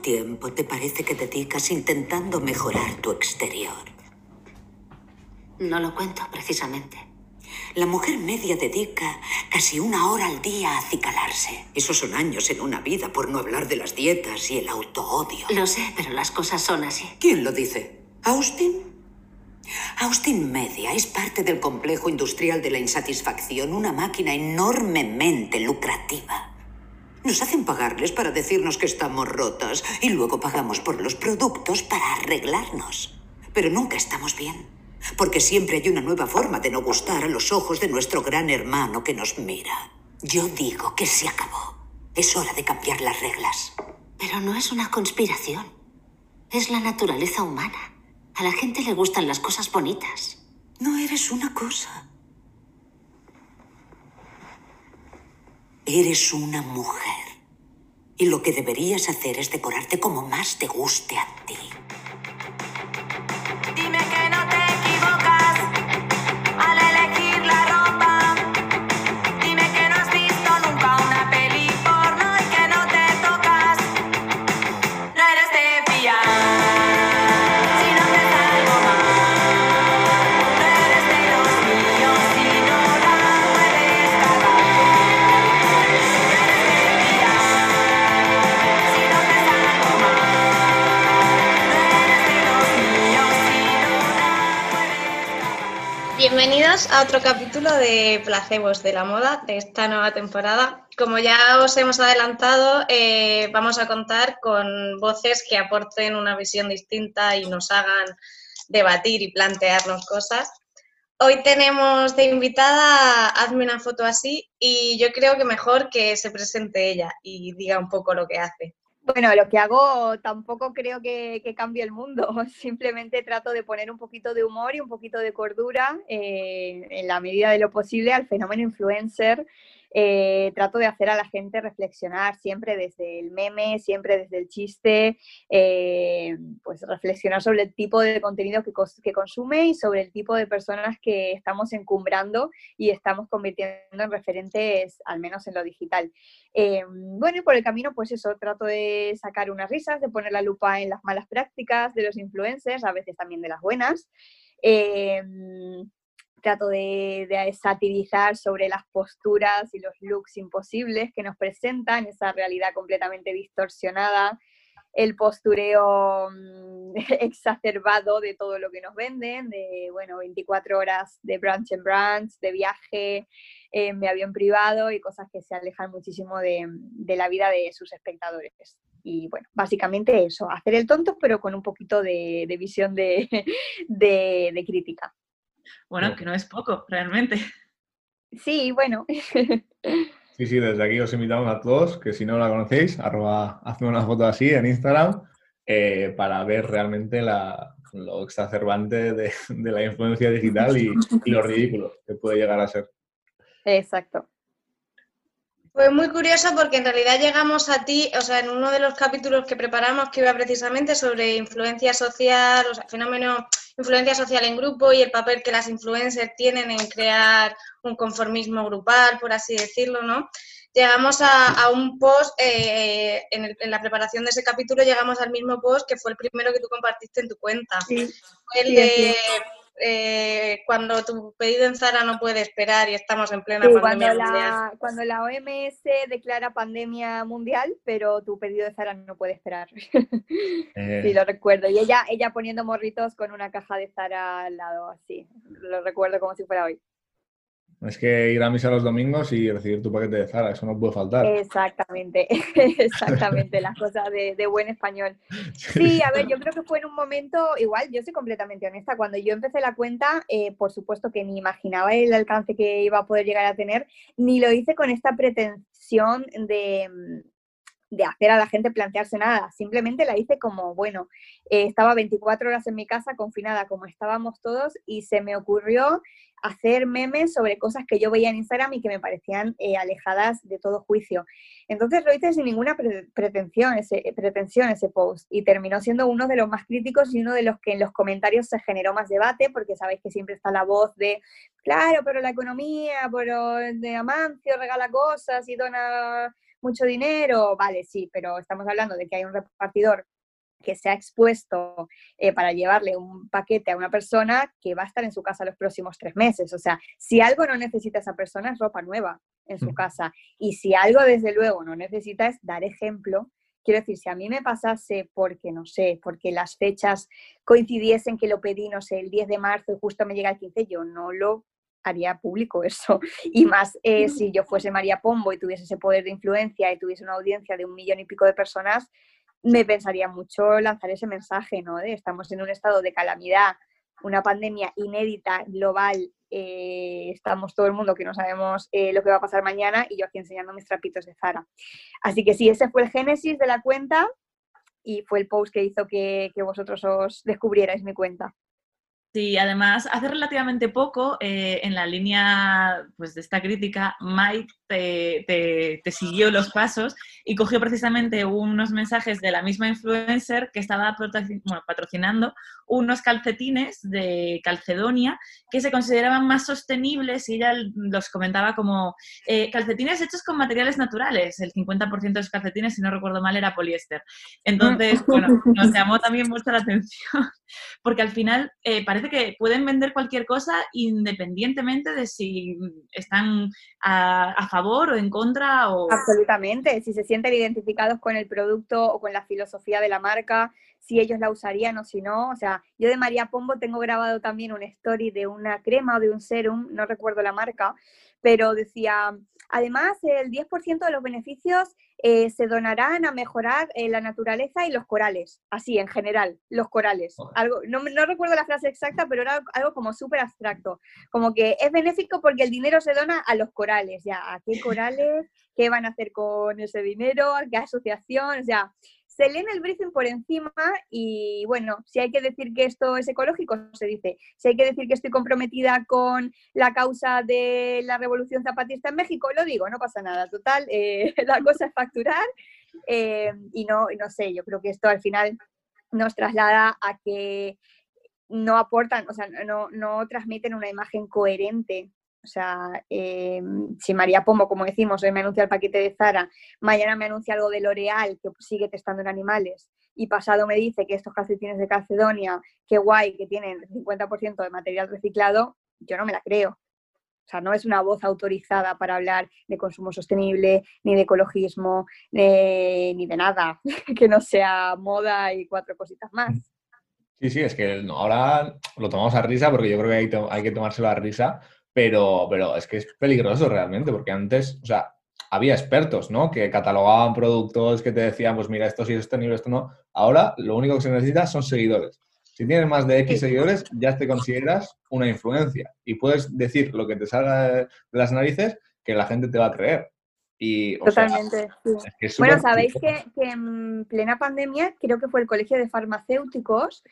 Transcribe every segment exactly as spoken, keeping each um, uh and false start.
tiempo te parece que dedicas intentando mejorar tu exterior? No lo cuento, precisamente. La mujer media dedica casi una hora al día a acicalarse. Esos son años en una vida, por no hablar de las dietas y el autoodio. Lo sé, pero las cosas son así. ¿Quién lo dice? ¿Austin? Austin Media es parte del complejo industrial de la insatisfacción, una máquina enormemente lucrativa. Nos hacen pagarles para decirnos que estamos rotas y luego pagamos por los productos para arreglarnos. Pero nunca estamos bien, porque siempre hay una nueva forma de no gustar a los ojos de nuestro gran hermano que nos mira. Yo digo que se acabó. Es hora de cambiar las reglas. Pero no es una conspiración. Es la naturaleza humana. A la gente le gustan las cosas bonitas. No eres una cosa. Eres una mujer. Y lo que deberías hacer es decorarte como más te guste a ti. Dime que no te equivocas al elegir la ropa. Dime que no has visto nunca una peli porno y que no te tocas. No eres de fiar si no te salgo mal. No eres de los míos si no la puedes cagar. No eres de fiar si no te salgo mal. No eres de los míos si no la puedes cagar. Bienvenidos a otro capítulo de Placebos de la Moda de esta nueva temporada. Como ya os hemos adelantado, eh, vamos a contar con voces que aporten una visión distinta y nos hagan debatir y plantearnos cosas. Hoy tenemos de invitada a Hazme una foto así y yo creo que mejor que se presente ella y diga un poco lo que hace. Bueno, lo que hago tampoco creo que, que cambie el mundo, simplemente trato de poner un poquito de humor y un poquito de cordura eh, en la medida de lo posible al fenómeno influencer. Eh, trato de hacer a la gente reflexionar siempre desde el meme, siempre desde el chiste, eh, pues reflexionar sobre el tipo de contenido que, cos que consume y sobre el tipo de personas que estamos encumbrando y estamos convirtiendo en referentes, al menos en lo digital. Eh, bueno, y por el camino, pues eso, trato de sacar unas risas, de poner la lupa en las malas prácticas de los influencers, a veces también de las buenas. Eh, trato de, de satirizar sobre las posturas y los looks imposibles que nos presentan, esa realidad completamente distorsionada, el postureo mmm, exacerbado de todo lo que nos venden, de, bueno, veinticuatro horas de brunch en brunch, de viaje en mi avión privado y cosas que se alejan muchísimo de, de la vida de sus espectadores. Y bueno, básicamente eso, hacer el tonto, pero con un poquito de, de visión de, de, de crítica. Bueno, que no es poco, realmente. Sí, bueno. Sí, sí, desde aquí os invitamos a todos, que si no la conocéis, arroba, hazme una foto así en Instagram, eh, para ver realmente la, lo exacerbante de, de la influencia digital y, y lo ridículo que puede llegar a ser. Exacto. Fue muy curioso porque en realidad llegamos a ti, o sea, en uno de los capítulos que preparamos que iba precisamente sobre influencia social, o sea, fenómeno influencia social en grupo y el papel que las influencers tienen en crear un conformismo grupal, por así decirlo, ¿no? Llegamos a, a un post, eh, en, el, en la preparación de ese capítulo llegamos al mismo post que fue el primero que tú compartiste en tu cuenta. Sí, Fue el sí, de... sí. Eh, cuando tu pedido en Zara no puede esperar y estamos en plena Sí, pandemia cuando mundial. la, cuando la O M S declara pandemia mundial, pero tu pedido de Zara no puede esperar. Eh, Sí, lo recuerdo. Y ella, ella poniendo morritos con una caja de Zara al lado, así. Lo recuerdo como si fuera hoy. es que ir a misa los domingos y recibir tu paquete de Zara, eso no puede faltar. Exactamente, exactamente, las cosas de, de buen español. Sí, a ver, yo creo que fue en un momento, igual, yo soy completamente honesta, cuando yo empecé la cuenta, eh, por supuesto que ni imaginaba el alcance que iba a poder llegar a tener, ni lo hice con esta pretensión de, de hacer a la gente plantearse nada, simplemente la hice como, bueno, eh, estaba veinticuatro horas en mi casa, confinada como estábamos todos, y se me ocurrió hacer memes sobre cosas que yo veía en Instagram y que me parecían eh, alejadas de todo juicio. Entonces lo hice sin ninguna pre pretensión, ese, pretensión ese post, y terminó siendo uno de los más críticos y uno de los que en los comentarios se generó más debate, porque sabéis que siempre está la voz de, claro, pero la economía, pero de Amancio regala cosas y dona mucho dinero, vale, sí, pero estamos hablando de que hay un repartidor que se ha expuesto eh, para llevarle un paquete a una persona que va a estar en su casa los próximos tres meses. O sea, si algo no necesita esa persona es ropa nueva en su casa. Y si algo, desde luego, no necesita es dar ejemplo. Quiero decir, si a mí me pasase porque, no sé, porque las fechas coincidiesen que lo pedí, no sé, el diez de marzo y justo me llega el quince, yo no lo haría público eso. Y más eh, si yo fuese María Pombo y tuviese ese poder de influencia y tuviese una audiencia de un millón y pico de personas, me pensaría mucho lanzar ese mensaje, ¿no? De estamos en un estado de calamidad, una pandemia inédita, global, eh, estamos todo el mundo que no sabemos eh, lo que va a pasar mañana y yo aquí enseñando mis trapitos de Zara. Así que sí, ese fue el génesis de la cuenta y fue el post que hizo que, que vosotros os descubrierais mi cuenta. Sí, además, hace relativamente poco, eh, en la línea pues, de esta crítica, Mike te, te, te siguió los pasos y cogió precisamente unos mensajes de la misma influencer que estaba bueno, patrocinando unos calcetines de Calcedonia que se consideraban más sostenibles y ella los comentaba como eh, calcetines hechos con materiales naturales. El cincuenta por ciento de los calcetines, si no recuerdo mal, era poliéster. Entonces, bueno, nos llamó también mucho la atención porque al final eh, parece que pueden vender cualquier cosa independientemente de si están a, a favor o en contra. O... Absolutamente, si se sienten identificados con el producto o con la filosofía de la marca, si ellos la usarían o si no. O sea, yo de María Pombo tengo grabado también una story de una crema o de un serum, no recuerdo la marca, pero decía, además el diez por ciento de los beneficios eh, se donarán a mejorar eh, la naturaleza y los corales, así en general, los corales. Algo, no, no recuerdo la frase exacta, pero era algo como súper abstracto, como que es benéfico porque el dinero se dona a los corales, ya, ¿a qué corales? ¿Qué van a hacer con ese dinero? ¿Qué asociación? O sea, se leen el briefing por encima y, bueno, si hay que decir que esto es ecológico, se dice. Si hay que decir que estoy comprometida con la causa de la revolución zapatista en México, lo digo, no pasa nada. Total, eh, la cosa es facturar eh, y no, no sé, yo creo que esto al final nos traslada a que no aportan, o sea, no, no transmiten una imagen coherente. O sea, eh, si María Pombo, como decimos, hoy me anuncia el paquete de Zara, mañana me anuncia algo de L'Oreal que sigue testando en animales y pasado me dice que estos calcetines de Calcedonia, qué guay, que tienen el cincuenta por ciento de material reciclado, yo no me la creo. O sea, no es una voz autorizada para hablar de consumo sostenible, ni de ecologismo, ni, ni de nada que no sea moda y cuatro cositas más. Sí, sí, es que no, ahora lo tomamos a risa porque yo creo que hay, to- hay que tomárselo a risa, pero, pero es que es peligroso realmente porque antes, o sea, había expertos, ¿no? Que catalogaban productos, que te decían, pues mira, esto sí es sostenible, esto no. Ahora lo único que se necesita son seguidores. Si tienes más de X seguidores, ya te consideras una influencia y puedes decir lo que te salga de las narices que la gente te va a creer. Y, o Totalmente, sea, sí. es que es Bueno, súper sabéis peligroso. que, que en plena pandemia, creo que fue el Colegio de Farmacéuticos,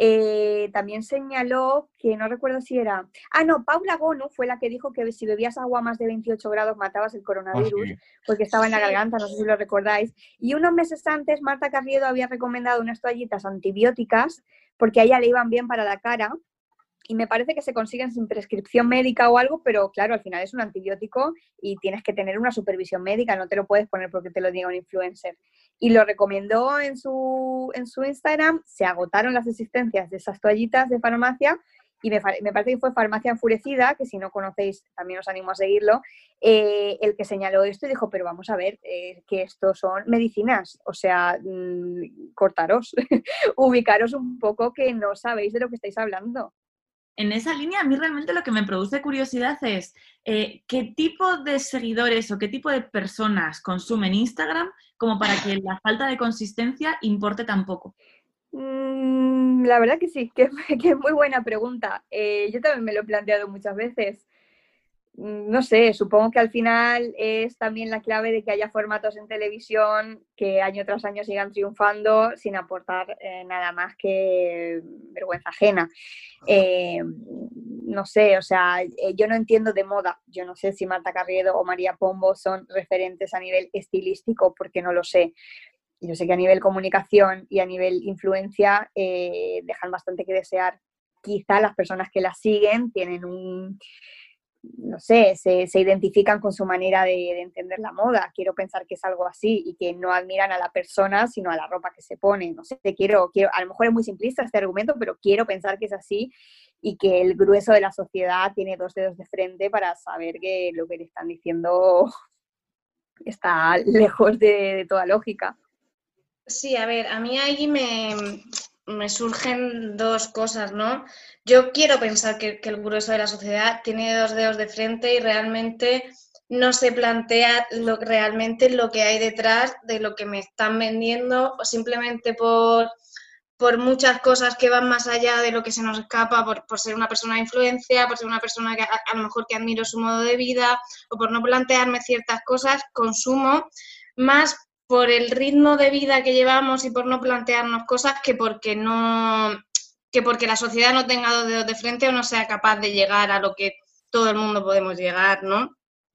eh, también señaló que no recuerdo si era. Ah, no, Paula Gonu fue la que dijo que si bebías agua más de veintiocho grados matabas el Ah, coronavirus, sí. porque estaba en la garganta, no sé si lo recordáis. Y unos meses antes, Marta Carriedo había recomendado unas toallitas antibióticas porque a ella le iban bien para la cara. Y me parece que se consiguen sin prescripción médica o algo, pero claro, al final es un antibiótico y tienes que tener una supervisión médica, no te lo puedes poner porque te lo diga un influencer. Y lo recomendó en su, en su Instagram, se agotaron las existencias de esas toallitas de farmacia y me, me parece que fue Farmacia Enfurecida, que si no conocéis también os animo a seguirlo, eh, el que señaló esto y dijo, pero vamos a ver, eh, que esto son medicinas, o sea, mmm, cortaros, ubicaros un poco que no sabéis de lo que estáis hablando. En esa línea, a mí realmente lo que me produce curiosidad es eh, qué tipo de seguidores o qué tipo de personas consumen Instagram como para que la falta de consistencia importe tan poco. Mm, la verdad que sí, que, que es muy buena pregunta. Eh, yo también me lo he planteado muchas veces. No sé, supongo que al final es también la clave de que haya formatos en televisión que año tras año sigan triunfando sin aportar eh, nada más que vergüenza ajena. Eh, no sé, o sea, eh, yo no entiendo de moda. Yo no sé si Marta Carriedo o María Pombo son referentes a nivel estilístico, porque no lo sé. Yo sé que a nivel comunicación y a nivel influencia eh, dejan bastante que desear. Quizá las personas que las siguen tienen un no sé, se, se identifican con su manera de, de entender la moda. Quiero pensar que es algo así y que no admiran a la persona, sino a la ropa que se pone. No sé, quiero, quiero, a lo mejor es muy simplista este argumento, pero quiero pensar que es así y que el grueso de la sociedad tiene dos dedos de frente para saber que lo que le están diciendo está lejos de, de toda lógica. Sí, a ver, a mí ahí me, me surgen dos cosas, ¿no? Yo quiero pensar que, que el grueso de la sociedad tiene dos dedos de frente y realmente no se plantea lo, realmente lo que hay detrás de lo que me están vendiendo, o simplemente por, por muchas cosas que van más allá de lo que se nos escapa, por, por ser una persona de influencia, por ser una persona que a, a lo mejor que admiro su modo de vida, o por no plantearme ciertas cosas, consumo más por el ritmo de vida que llevamos y por no plantearnos cosas que porque no que porque la sociedad no tenga dos dedos de frente o no sea capaz de llegar a lo que todo el mundo podemos llegar, ¿no?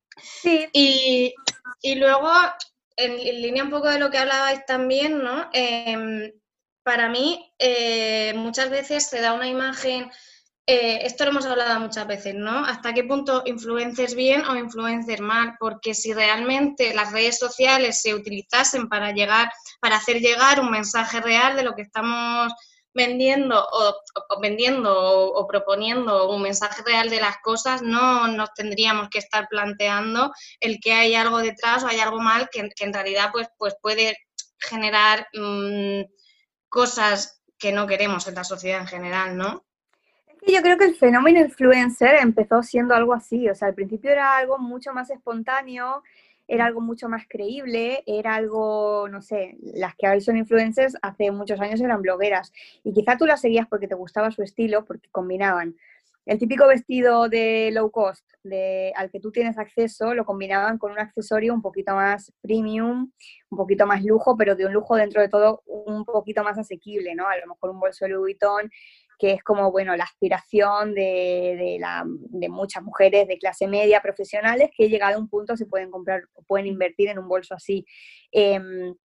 Sí. Y, y luego, en, en línea un poco de lo que hablabais también, ¿no? Eh, para mí, eh, muchas veces se da una imagen, eh, esto lo hemos hablado muchas veces, ¿no? ¿Hasta qué punto influencers bien o influencers mal? Porque si realmente las redes sociales se utilizasen para llegar, para hacer llegar un mensaje real de lo que estamos vendiendo o, o vendiendo o, o proponiendo un mensaje real de las cosas, no nos tendríamos que estar planteando el que hay algo detrás o hay algo mal que, que en realidad pues, pues puede generar mmm, cosas que no queremos en la sociedad en general, ¿no? Yo creo que el fenómeno influencer empezó siendo algo así, o sea, al principio era algo mucho más espontáneo, era algo mucho más creíble, era algo, no sé, las que hoy son influencers hace muchos años eran blogueras y quizá tú las seguías porque te gustaba su estilo, porque combinaban el típico vestido de low cost de, al que tú tienes acceso, lo combinaban con un accesorio un poquito más premium, un poquito más lujo, pero de un lujo dentro de todo un poquito más asequible, ¿no? A lo mejor un bolso de Louis Vuitton, que es como, bueno, la aspiración de, de, la, de muchas mujeres de clase media profesionales que llegado a un punto se pueden comprar, pueden invertir en un bolso así. Eh,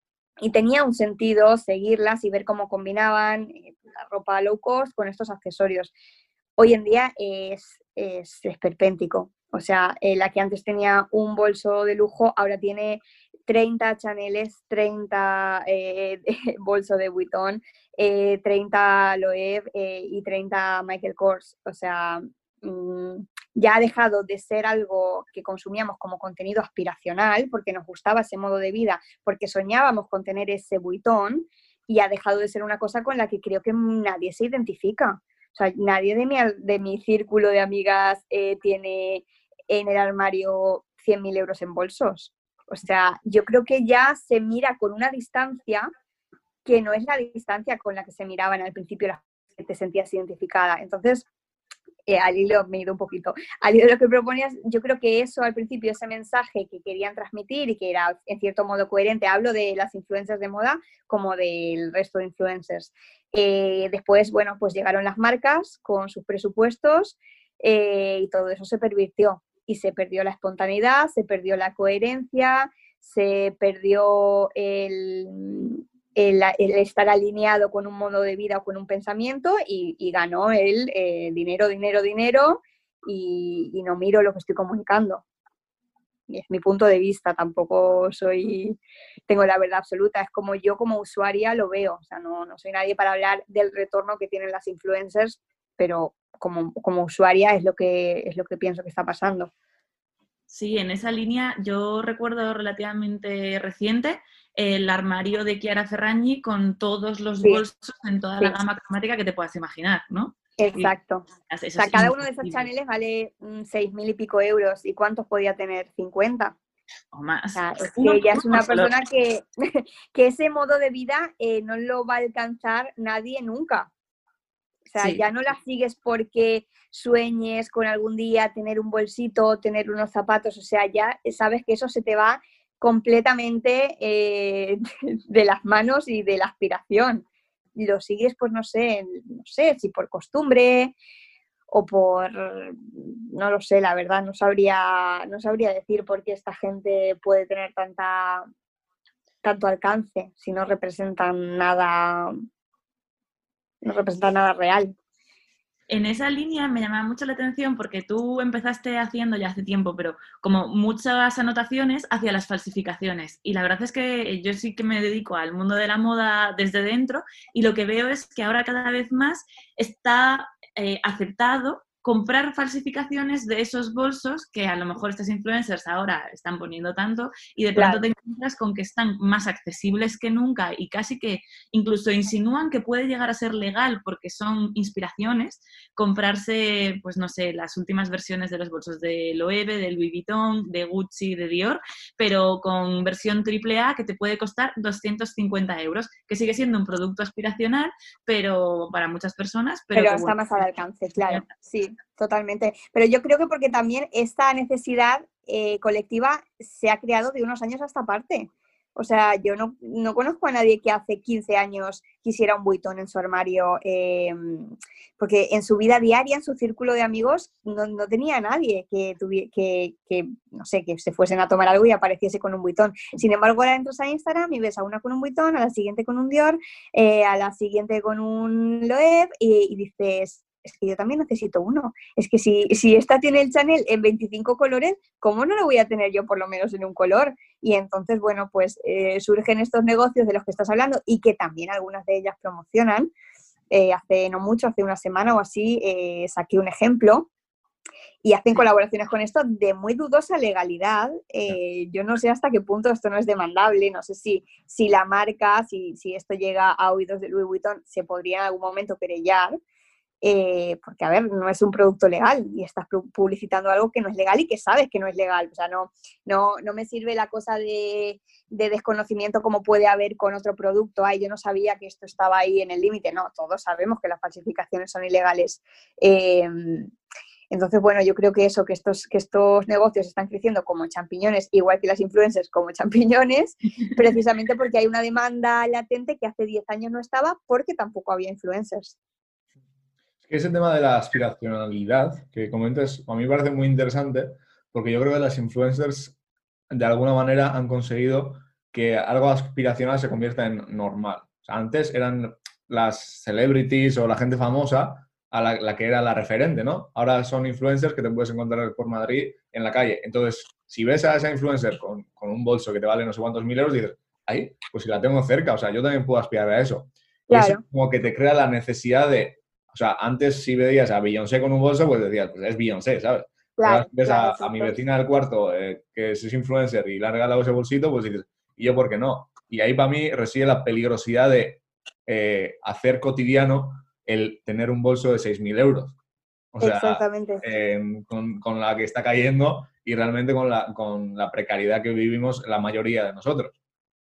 y tenía un sentido seguirlas y ver cómo combinaban la ropa low cost con estos accesorios. Hoy en día es, es esperpéntico. O sea, eh, la que antes tenía un bolso de lujo, ahora tiene treinta Chaneles, treinta eh, bolsos de Vuitton, eh, treinta Loewe eh, y treinta Michael Kors. O sea, mmm, ya ha dejado de ser algo que consumíamos como contenido aspiracional, porque nos gustaba ese modo de vida, porque soñábamos con tener ese Vuitton, y ha dejado de ser una cosa con la que creo que nadie se identifica. O sea, nadie de mi, de mi círculo de amigas eh, tiene en el armario cien mil euros en bolsos. O sea, yo creo que ya se mira con una distancia que no es la distancia con la que se miraban al principio las que te sentías identificada. Entonces, eh, al hilo me he ido un poquito. Al hilo de lo que proponías, yo creo que eso al principio, ese mensaje que querían transmitir y que era en cierto modo coherente, hablo de las influencers de moda como del resto de influencers. Eh, después, bueno, pues llegaron las marcas con sus presupuestos eh, y todo eso se pervirtió. Y se perdió la espontaneidad, se perdió la coherencia, se perdió el, el, el estar alineado con un modo de vida o con un pensamiento y, y ganó el eh, dinero, dinero, dinero y, y no miro lo que estoy comunicando. Y es mi punto de vista, tampoco soy, tengo la verdad absoluta, es como yo como usuaria lo veo, o sea, no, no soy nadie para hablar del retorno que tienen las influencers, pero como, como usuaria es lo que, es lo que pienso que está pasando. Sí, en esa línea yo recuerdo relativamente reciente el armario de Chiara Ferragni con todos los sí, bolsos en toda sí. la gama cromática que te puedas imaginar, ¿no? Exacto. Eso o sea, es cada uno de esos chaneles vale seis mil y pico euros. ¿Y cuántos podía tener? ¿cincuenta? O más. O sea, es uno, que ella es una solo. persona que, que ese modo de vida eh, no lo va a alcanzar nadie nunca. O sea, Sí. ya no la sigues porque sueñes con algún día tener un bolsito, tener unos zapatos. O sea, ya sabes que eso se te va completamente eh, de las manos y de la aspiración. Y lo sigues, pues no sé, no sé, si por costumbre o por, no lo sé, la verdad, no sabría, no sabría decir por qué esta gente puede tener tanta, tanto alcance si no representan nada, no representan nada real. en esa línea me llamaba mucho la atención porque tú empezaste haciendo ya hace tiempo, pero como muchas anotaciones hacia las falsificaciones. Y la verdad es que yo sí que me dedico al mundo de la moda desde dentro y lo que veo es que ahora cada vez más está eh, aceptado comprar falsificaciones de esos bolsos que a lo mejor estas influencers ahora están poniendo tanto y de pronto Claro. te encuentras con que están más accesibles que nunca y casi que incluso insinúan que puede llegar a ser legal porque son inspiraciones comprarse, pues no sé, las últimas versiones de los bolsos de Loewe, de Louis Vuitton, de Gucci, de Dior, pero con versión triple A que te puede costar doscientos cincuenta euros, que sigue siendo un producto aspiracional, pero para muchas personas, pero, Pero que, está bueno, más al alcance, claro, sí, totalmente. Pero yo creo que porque también esta necesidad eh, colectiva se ha creado de unos años a esta parte. O sea, yo no, no conozco a nadie que hace quince años quisiera un Vuitton en su armario, eh, porque en su vida diaria, en su círculo de amigos, no, no tenía a nadie que, tuviera, que, que, no sé, que se fuesen a tomar algo y apareciese con un Vuitton. Sin embargo, ahora entras a Instagram y ves a una con un Vuitton, a la siguiente con un Dior, eh, a la siguiente con un Loewe y, y dices, es que yo también necesito uno. Es que si, si esta tiene el Chanel en veinticinco colores, ¿cómo no lo voy a tener yo por lo menos en un color? Y entonces, bueno, pues eh, surgen estos negocios de los que estás hablando y que también algunas de ellas promocionan. Eh, hace no mucho, hace una semana o así, eh, saqué un ejemplo y hacen colaboraciones con esto de muy dudosa legalidad. Eh, yo no sé hasta qué punto esto no es demandable, no sé si, si la marca, si, si esto llega a oídos de Louis Vuitton, se podría en algún momento querellar. Eh, porque, a ver, no es un producto legal y estás publicitando algo que no es legal y que sabes que no es legal. O sea, no, no, no me sirve la cosa de, de desconocimiento como puede haber con otro producto. Ay, yo no sabía que esto estaba ahí en el límite. No, todos sabemos que las falsificaciones son ilegales. Eh, entonces, bueno, yo creo que eso, que estos, que estos negocios están creciendo como champiñones, igual que las influencers como champiñones, precisamente porque hay una demanda latente que hace diez años no estaba porque tampoco había influencers. Ese tema de la aspiracionalidad que comentas, a mí me parece muy interesante porque yo creo que las influencers de alguna manera han conseguido que algo aspiracional se convierta en normal. O sea, antes eran las celebrities o la gente famosa a la, la que era la referente, ¿no? Ahora son influencers que te puedes encontrar por Madrid en la calle. Entonces, si ves a esa influencer con, con un bolso que te vale no sé cuántos mil euros, dices, ay, pues si la tengo cerca, o sea, yo también puedo aspirar a eso. Claro. Y eso como que te crea la necesidad de... O sea, antes si veías a Beyoncé con un bolso, pues decías, pues es Beyoncé, ¿sabes? Claro, Ahora si ves claro, a, a mi vecina del cuarto, eh, que es influencer y le ha regalado ese bolsito, pues dices, ¿y yo por qué no? Y ahí para mí reside la peligrosidad de eh, hacer cotidiano el tener un bolso de seis mil euros. O sea, exactamente. eh, con, con la que está cayendo y realmente con la, con la precariedad que vivimos la mayoría de nosotros.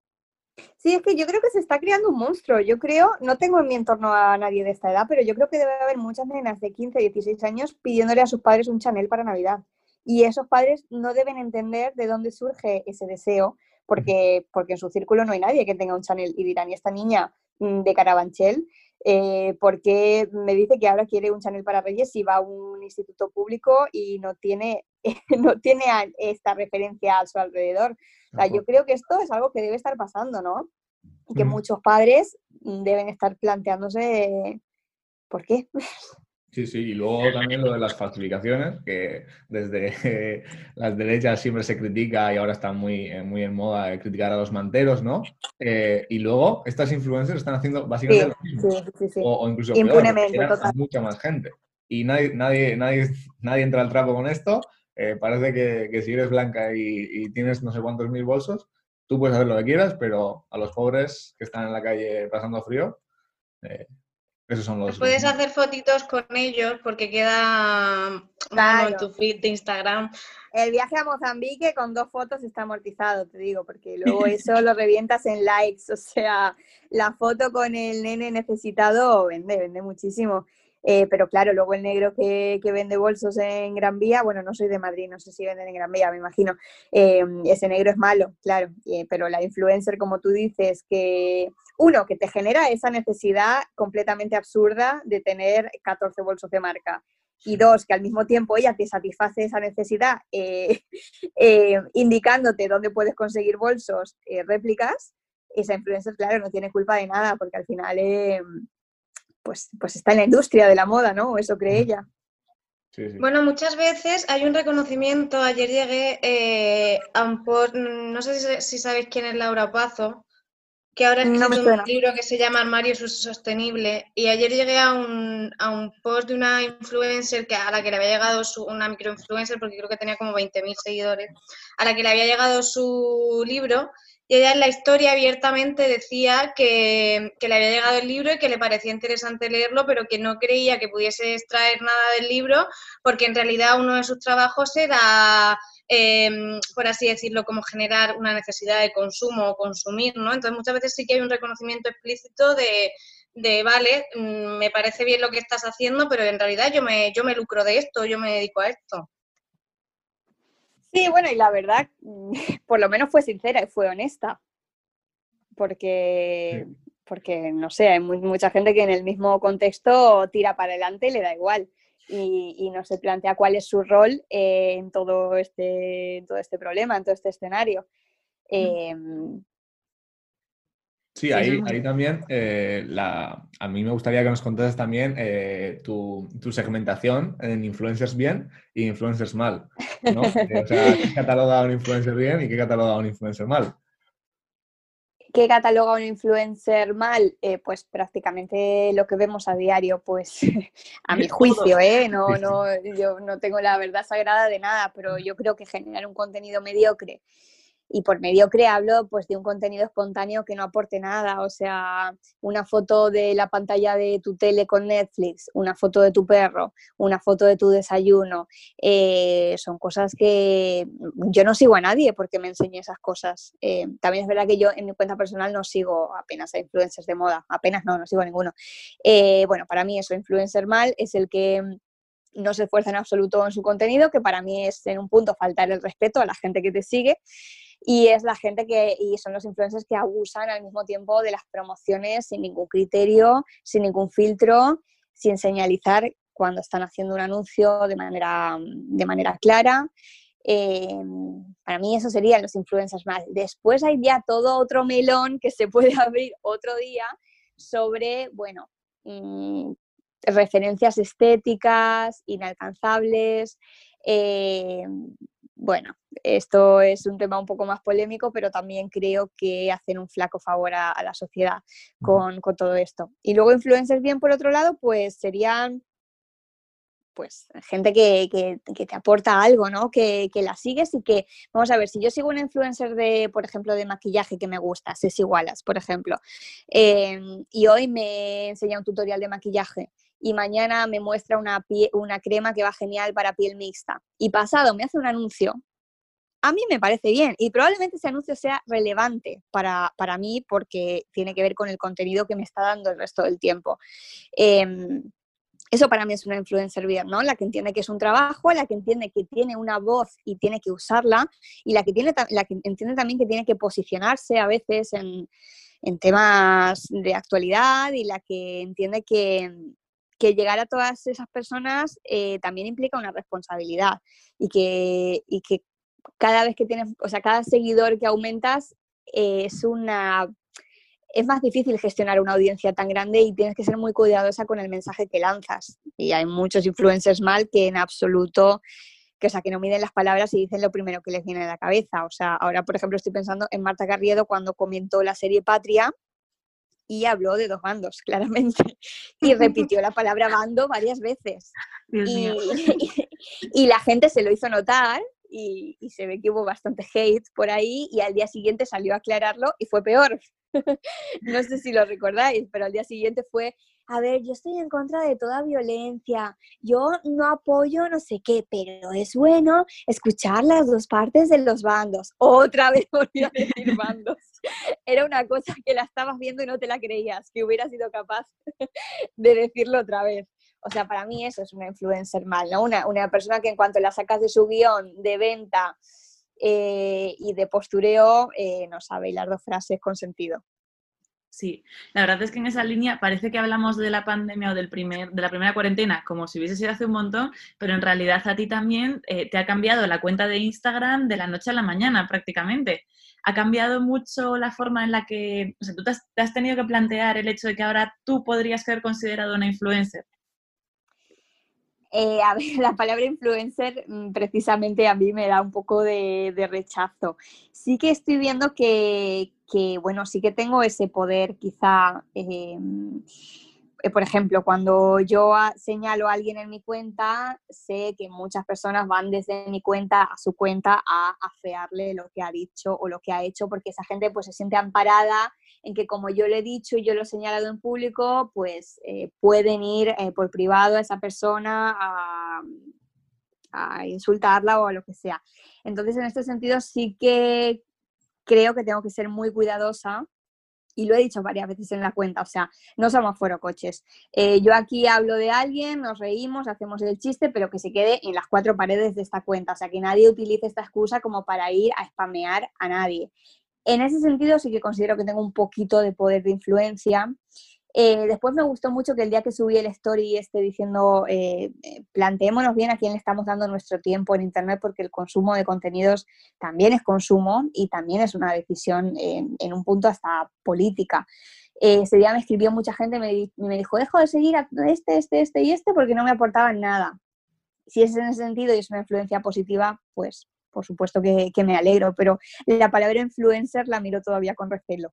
Sí, es que yo creo que se está creando un monstruo. Yo creo, no tengo en mi entorno a nadie de esta edad, pero yo creo que debe haber muchas nenas de quince, dieciséis años pidiéndole a sus padres un Chanel para Navidad. Y esos padres no deben entender de dónde surge ese deseo, porque, porque en su círculo no hay nadie que tenga un Chanel. Y dirán, ¿y esta niña de Carabanchel? Eh, ¿Por qué me dice que ahora quiere un Chanel para Reyes si va a un instituto público y no tiene, no tiene esta referencia a su alrededor? O sea, yo creo que esto es algo que debe estar pasando, ¿no? Y que mm. muchos padres deben estar planteándose ¿por qué? Sí, sí, y luego también lo de las falsificaciones, que desde eh, las derechas siempre se critica y ahora está muy, eh, muy en moda criticar a los manteros, ¿no? Eh, y luego estas influencers están haciendo básicamente sí, lo mismo, sí, sí, sí. o, o incluso impunemente, peor, total. a mucha más gente. Y nadie, nadie, nadie, nadie entra al trapo con esto. Eh, parece que, que si eres blanca y, y tienes no sé cuántos mil bolsos, tú puedes hacer lo que quieras, pero a los pobres que están en la calle pasando frío, eh, esos son los... Puedes hacer fotitos con ellos porque queda Claro. mono en tu feed de Instagram. El viaje a Mozambique con dos fotos está amortizado, te digo, porque luego eso lo revientas en likes. O sea, la foto con el nene necesitado vende, vende muchísimo. Eh, pero claro, luego el negro que, que vende bolsos en Gran Vía, bueno, no soy de Madrid, no sé si venden en Gran Vía, me imagino, eh, ese negro es malo, claro, eh, pero la influencer, como tú dices, que uno, que te genera esa necesidad completamente absurda de tener catorce bolsos de marca, y dos, que al mismo tiempo ella te satisface esa necesidad eh, eh, indicándote dónde puedes conseguir bolsos, eh, réplicas, esa influencer, claro, no tiene culpa de nada, porque al final... Eh, pues, pues está en la industria de la moda, ¿no? Eso cree ella. Sí, sí. Bueno, muchas veces hay un reconocimiento. Ayer llegué eh, a un post, no sé si, si sabéis quién es Laura Pazo, que ahora ha No me escrito suena. un libro que se llama Armario Sostenible, y ayer llegué a un, a un post de una influencer que, a la que le había llegado su, una microinfluencer, porque creo que tenía como veinte mil seguidores, a la que le había llegado su libro, y ella en la historia abiertamente decía que, que le había llegado el libro y que le parecía interesante leerlo, pero que no creía que pudiese extraer nada del libro, porque en realidad uno de sus trabajos era... Eh, por así decirlo, como generar una necesidad de consumo o consumir, ¿no? Entonces muchas veces sí que hay un reconocimiento explícito de, de vale, me parece bien lo que estás haciendo, pero en realidad yo me, yo me lucro de esto, yo me dedico a esto. Sí, bueno, y la verdad, por lo menos fue sincera y fue honesta, porque, porque no sé, hay muy, mucha gente que en el mismo contexto tira para adelante y le da igual. Y, y no se plantea cuál es su rol eh, en, todo este, en todo este problema, en todo este escenario. Eh, Sí, Sí, eso es ahí, muy- ahí también eh, la, a mí me gustaría que nos contases también eh, tu, tu segmentación en influencers bien y influencers mal, ¿no? Eh, o sea, ¿qué cataloga a un influencer bien y qué cataloga a un influencer mal? ¿Qué cataloga un influencer mal? Eh, pues prácticamente lo que vemos a diario, pues a mi juicio, ¿eh? No, no, yo no tengo la verdad sagrada de nada, pero yo creo que generar un contenido mediocre, y por mediocre hablo pues de un contenido espontáneo que no aporte nada, o sea, una foto de la pantalla de tu tele con Netflix, una foto de tu perro, una foto de tu desayuno, eh, son cosas que yo no sigo a nadie porque me enseñe esas cosas. Eh, también es verdad que yo en mi cuenta personal no sigo apenas a influencers de moda, apenas no, no sigo a ninguno. Eh, bueno, para mí eso, influencer mal, es el que no se esfuerza en absoluto en su contenido, que para mí es en un punto faltar el respeto a la gente que te sigue, y es la gente que, y son los influencers que abusan al mismo tiempo de las promociones sin ningún criterio, sin ningún filtro, sin señalizar cuando están haciendo un anuncio de manera, de manera clara. Eh, para mí eso serían los influencers más. Después hay ya todo otro melón que se puede abrir otro día sobre, bueno, mmm, referencias estéticas, inalcanzables. Eh, bueno, esto es un tema un poco más polémico, pero también creo que hacen un flaco favor a, a la sociedad con, con todo esto. Y luego influencers bien, por otro lado, pues serían pues gente que, que, que te aporta algo, ¿no? Que, que la sigues y que, vamos a ver, si yo sigo una influencer de, por ejemplo, de maquillaje que me gusta, Ceci Wallace, por ejemplo, eh, y hoy me enseña un tutorial de maquillaje y mañana me muestra una, pie, una crema que va genial para piel mixta y pasado me hace un anuncio, a mí me parece bien y probablemente ese anuncio sea relevante para, para mí porque tiene que ver con el contenido que me está dando el resto del tiempo. Eh, Eso para mí es una influencer bien, ¿no? La que entiende que es un trabajo, la que entiende que tiene una voz y tiene que usarla, y la que, tiene, la que entiende también que tiene que posicionarse a veces en, en temas de actualidad, y la que entiende que, que llegar a todas esas personas eh, también implica una responsabilidad, y que, y que cada vez que tienes, o sea, cada seguidor que aumentas eh, es una... es más difícil gestionar una audiencia tan grande y tienes que ser muy cuidadosa con el mensaje que lanzas. Y hay muchos influencers mal que en absoluto, que, o sea, que no miden las palabras y dicen lo primero que les viene a la cabeza. O sea, ahora, por ejemplo, estoy pensando en Marta Garrido cuando comentó la serie Patria y habló de dos bandos, claramente. Y repitió la palabra bando varias veces. Dios mío. Y, y, y la gente se lo hizo notar. Y, y se ve que hubo bastante hate por ahí y al día siguiente salió a aclararlo y fue peor. No sé si lo recordáis, pero al día siguiente fue, a ver, yo estoy en contra de toda violencia, yo no apoyo no sé qué, pero es bueno escuchar las dos partes de los bandos. Otra vez volvió a decir bandos. Era una cosa que la estabas viendo y no te la creías, que hubiera sido capaz de decirlo otra vez. O sea, para mí eso es una influencer mal, ¿no? Una, una persona que en cuanto la sacas de su guión de venta eh, y de postureo, eh, no sabe hilar dos frases con sentido. Sí, la verdad es que en esa línea parece que hablamos de la pandemia o del primer, de la primera cuarentena como si hubiese sido hace un montón, pero en realidad a ti también eh, te ha cambiado la cuenta de Instagram de la noche a la mañana prácticamente. Ha cambiado mucho la forma en la que, o sea, tú te has, te has tenido que plantear el hecho de que ahora tú podrías ser considerado una influencer. Eh, a ver, la palabra influencer mm, precisamente a mí me da un poco de, de rechazo. Sí que estoy viendo que, que, bueno, sí que tengo ese poder quizá, eh, eh, por ejemplo, cuando yo a- señalo a alguien en mi cuenta, sé que muchas personas van desde mi cuenta a su cuenta a afearle lo que ha dicho o lo que ha hecho, porque esa gente pues se siente amparada en que como yo lo he dicho y yo lo he señalado en público, pues eh, pueden ir eh, por privado a esa persona a, a insultarla o a lo que sea. Entonces, en este sentido, sí que creo que tengo que ser muy cuidadosa y lo he dicho varias veces en la cuenta, o sea, no somos forocoches. Eh, yo aquí hablo de alguien, nos reímos, hacemos el chiste, pero que se quede en las cuatro paredes de esta cuenta, o sea, que nadie utilice esta excusa como para ir a spamear a nadie. En ese sentido sí que considero que tengo un poquito de poder de influencia. Eh, después me gustó mucho que el día que subí el story esté diciendo, eh, eh, planteémonos bien a quién le estamos dando nuestro tiempo en Internet, porque el consumo de contenidos también es consumo y también es una decisión en, en un punto hasta política. Eh, ese día me escribió mucha gente y me, di- me dijo, dejo de seguir a este, este, este y este porque no me aportaban nada. Si es en ese sentido y es una influencia positiva, pues por supuesto que, que me alegro, pero la palabra influencer la miro todavía con recelo.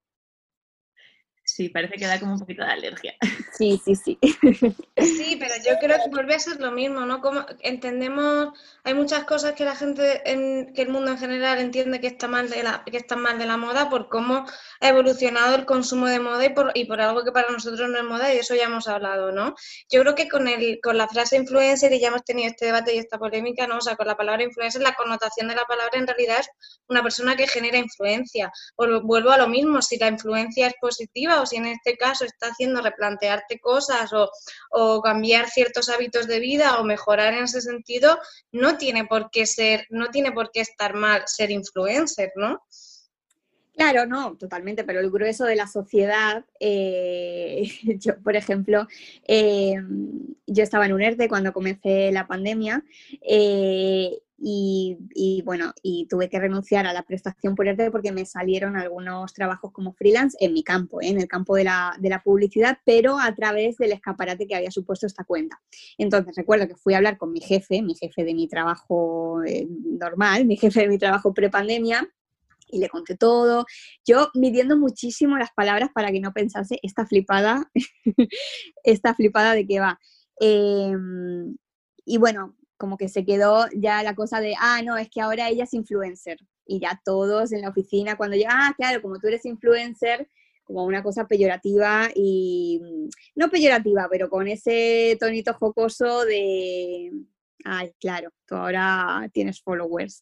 Sí, parece que da como un poquito de alergia. Sí, sí, sí. Sí, pero yo creo que vuelve a ser lo mismo, ¿no? Como entendemos, hay muchas cosas que la gente, en, que el mundo en general entiende que está mal de la, que están mal de la moda por cómo ha evolucionado el consumo de moda y por, y por algo que para nosotros no es moda, y de eso ya hemos hablado, ¿no? Yo creo que con el, con la frase influencer, y ya hemos tenido este debate y esta polémica, ¿no? O sea, con la palabra influencer, la connotación de la palabra en realidad es una persona que genera influencia. O vuelvo a lo mismo, si la influencia es positiva o si en este caso está haciendo replantearte cosas o o cambiar ciertos hábitos de vida o mejorar en ese sentido, no tiene por qué ser, no tiene por qué estar mal ser influencer, ¿no? Claro, no, totalmente, pero el grueso de la sociedad, eh, yo, por ejemplo, eh, yo estaba en un ERTE cuando comencé la pandemia eh, y, y, bueno, y tuve que renunciar a la prestación por ERTE porque me salieron algunos trabajos como freelance en mi campo, ¿eh? En el campo de la, de la publicidad, pero a través del escaparate que había supuesto esta cuenta. Entonces, recuerdo que fui a hablar con mi jefe, mi jefe de mi trabajo eh, normal, mi jefe de mi trabajo prepandemia, y le conté todo, yo midiendo muchísimo las palabras para que no pensase esta flipada, esta flipada de qué va. Eh, y bueno, como que se quedó ya la cosa de, ah, no, es que ahora ella es influencer. Y ya todos en la oficina, cuando yo, ah, claro, como tú eres influencer, como una cosa peyorativa y, no peyorativa, pero con ese tonito jocoso de, ay, claro, tú ahora tienes followers.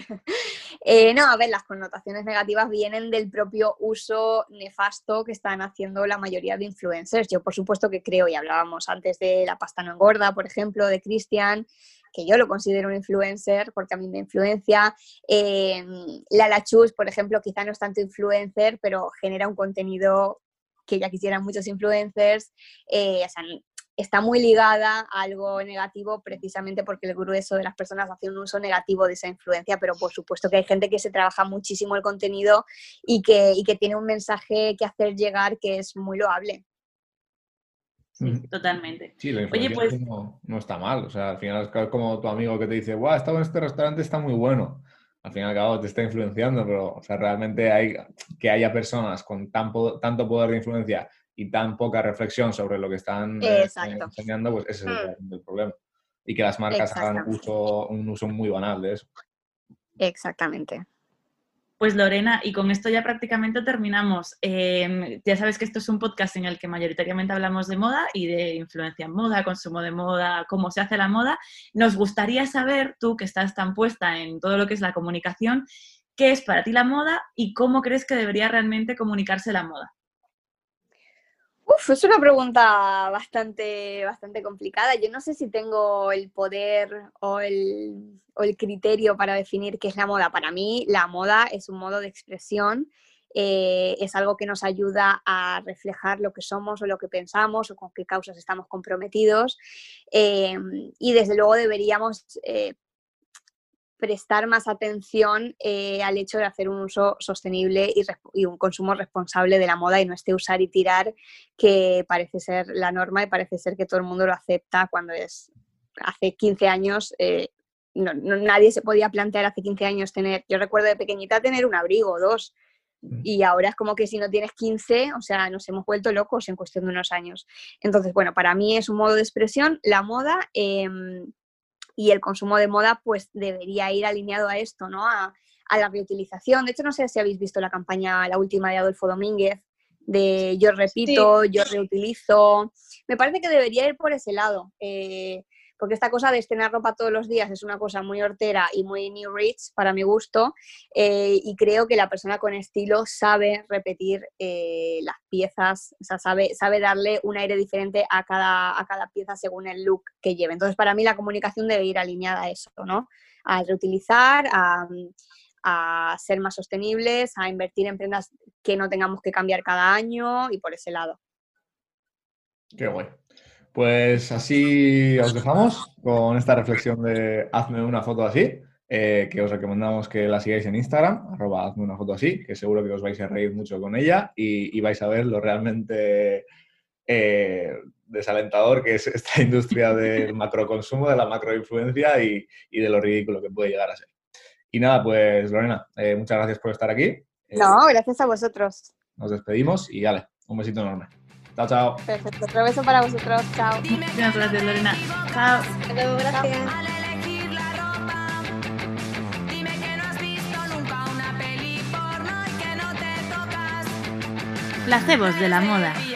Eh, no, a ver, las connotaciones negativas vienen del propio uso nefasto que están haciendo la mayoría de influencers. Yo, por supuesto, que creo, y hablábamos antes de La pasta no engorda, por ejemplo, de Cristian, que yo lo considero un influencer porque a mí me influencia. Eh, Lala Chus, por ejemplo, quizá no es tanto influencer, pero genera un contenido que ya quisieran muchos influencers. Eh, o sea, está muy ligada a algo negativo precisamente porque el grueso de las personas hace un uso negativo de esa influencia, pero por supuesto que hay gente que se trabaja muchísimo el contenido y que, y que tiene un mensaje que hacer llegar que es muy loable. Sí, totalmente. Sí, la Oye, influencia pues no, no está mal. O sea, al final es como tu amigo que te dice, guau, estaba en este restaurante, está muy bueno. Al fin y al cabo te está influenciando, pero o sea, realmente hay que haya personas con tan po- tanto poder de influencia y tan poca reflexión sobre lo que están eh, Exacto. enseñando, pues ese es Mm. el, el problema. Y que las marcas hagan un Exactamente. uso, un uso muy banal de eso. Exactamente. Pues Lorena, y con esto ya prácticamente terminamos. Eh, ya sabes que esto es un podcast en el que mayoritariamente hablamos de moda y de influencia en moda, consumo de moda, cómo se hace la moda. Nos gustaría saber, tú que estás tan puesta en todo lo que es la comunicación, qué es para ti la moda y cómo crees que debería realmente comunicarse la moda. Uf, es una pregunta bastante, bastante complicada. Yo no sé si tengo el poder o el, o el criterio para definir qué es la moda. Para mí, la moda es un modo de expresión eh, es algo que nos ayuda a reflejar lo que somos o lo que pensamos o con qué causas estamos comprometidos. Eh, y desde luego deberíamos eh, prestar más atención eh, al hecho de hacer un uso sostenible y, y un consumo responsable de la moda y no este usar y tirar que parece ser la norma y parece ser que todo el mundo lo acepta cuando es hace quince años. Eh, no, no, nadie se podía plantear hace quince años tener, yo recuerdo de pequeñita tener un abrigo o dos, y ahora es como que si no tienes quince, o sea, nos hemos vuelto locos en cuestión de unos años. Entonces, bueno, para mí es un modo de expresión, la moda, eh, y el consumo de moda pues debería ir alineado a esto, ¿no? A, a la reutilización. De hecho, no sé si habéis visto la campaña, la última de Adolfo Domínguez, de yo repito, sí. yo reutilizo. Me parece que debería ir por ese lado, eh, porque esta cosa de estrenar ropa todos los días es una cosa muy hortera y muy new rich para mi gusto, eh, y creo que la persona con estilo sabe repetir eh, las piezas, o sea, sabe, sabe darle un aire diferente a cada, a cada pieza según el look que lleve. Entonces, para mí la comunicación debe ir alineada a eso, ¿no? A reutilizar, a, a ser más sostenibles, a invertir en prendas que no tengamos que cambiar cada año y por ese lado. Qué guay. Pues así os dejamos con esta reflexión de hazme una foto así, eh, que os recomendamos que la sigáis en Instagram, arroba hazme una foto así, que seguro que os vais a reír mucho con ella y, y vais a ver lo realmente eh, desalentador que es esta industria del macroconsumo, de la macroinfluencia y, y de lo ridículo que puede llegar a ser. Y nada, pues Lorena, eh, muchas gracias por estar aquí. Eh, no, gracias a vosotros. Nos despedimos y dale, un besito enorme. Chao, chao. Perfecto, otro beso para vosotros. Chao. Muchas gracias, Lorena. Chao. Hasta luego, gracias. Al elegir la ropa, dime que no has visto nunca una peli porno y que no te tocas. Placebos de la moda.